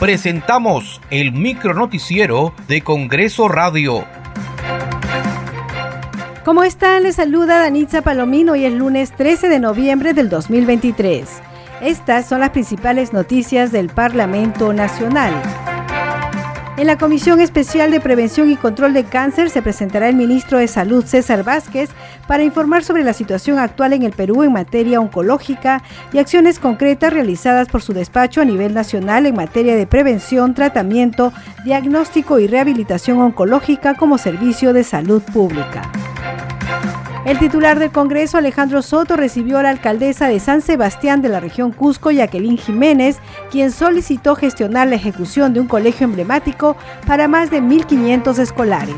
presentamos el micronoticiero de Congreso Radio. ¿Cómo están? Les saluda Danitza Palomino. Hoy es lunes 13 de noviembre del 2023. Estas son las principales noticias del Parlamento Nacional. En la Comisión Especial de Prevención y Control de Cáncer se presentará el ministro de Salud, César Vázquez, para informar sobre la situación actual en el Perú en materia oncológica y acciones concretas realizadas por su despacho a nivel nacional en materia de prevención, tratamiento, diagnóstico y rehabilitación oncológica como servicio de salud pública. El titular del Congreso, Alejandro Soto, recibió a la alcaldesa de San Sebastián de la región Cusco, Jacqueline Jiménez, quien solicitó gestionar la ejecución de un colegio emblemático para más de 1.500 escolares.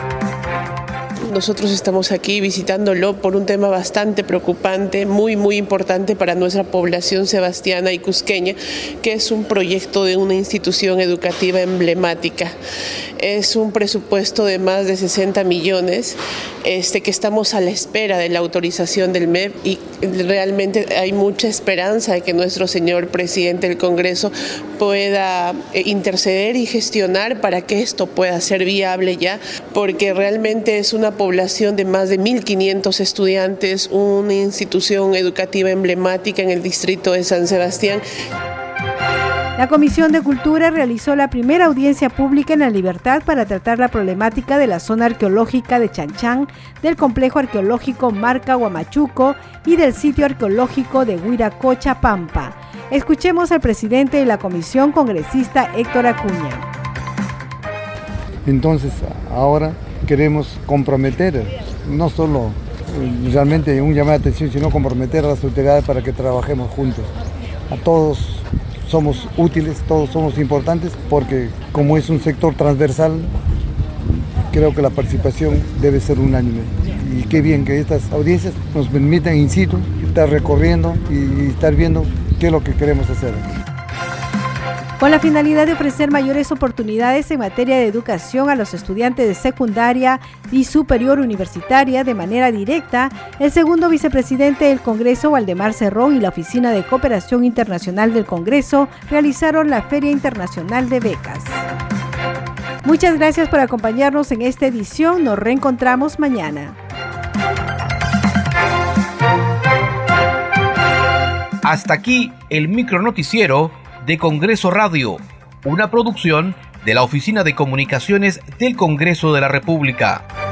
Nosotros estamos aquí visitándolo por un tema bastante preocupante, muy importante para nuestra población sebastiana y cusqueña, que es un proyecto de una institución educativa emblemática. Es un presupuesto de más de 60 millones que estamos a la espera de la autorización del MEP, y realmente hay mucha esperanza de que nuestro señor presidente del Congreso pueda interceder y gestionar para que esto pueda ser viable ya, porque realmente es una población de más de 1.500 estudiantes, una institución educativa emblemática en el distrito de San Sebastián. La Comisión de Cultura realizó la primera audiencia pública en La Libertad para tratar la problemática de la zona arqueológica de Chanchán, del complejo arqueológico Marca Huamachuco y del sitio arqueológico de Huiracocha Pampa. Escuchemos al presidente de la comisión, congresista Héctor Acuña. Entonces, ahora queremos comprometer, no solo realmente un llamado de atención, sino comprometer a las autoridades para que trabajemos juntos. A todos somos útiles, todos somos importantes, porque como es un sector transversal, creo que la participación debe ser unánime. Y qué bien que estas audiencias nos permitan in situ estar recorriendo y estar viendo qué es lo que queremos hacer. Con la finalidad de ofrecer mayores oportunidades en materia de educación a los estudiantes de secundaria y superior universitaria de manera directa, el segundo vicepresidente del Congreso, Waldemar Cerrón, y la Oficina de Cooperación Internacional del Congreso realizaron la Feria Internacional de Becas. Muchas gracias por acompañarnos en esta edición. Nos reencontramos mañana. Hasta aquí el micronoticiero de Congreso Radio, una producción de la Oficina de Comunicaciones del Congreso de la República.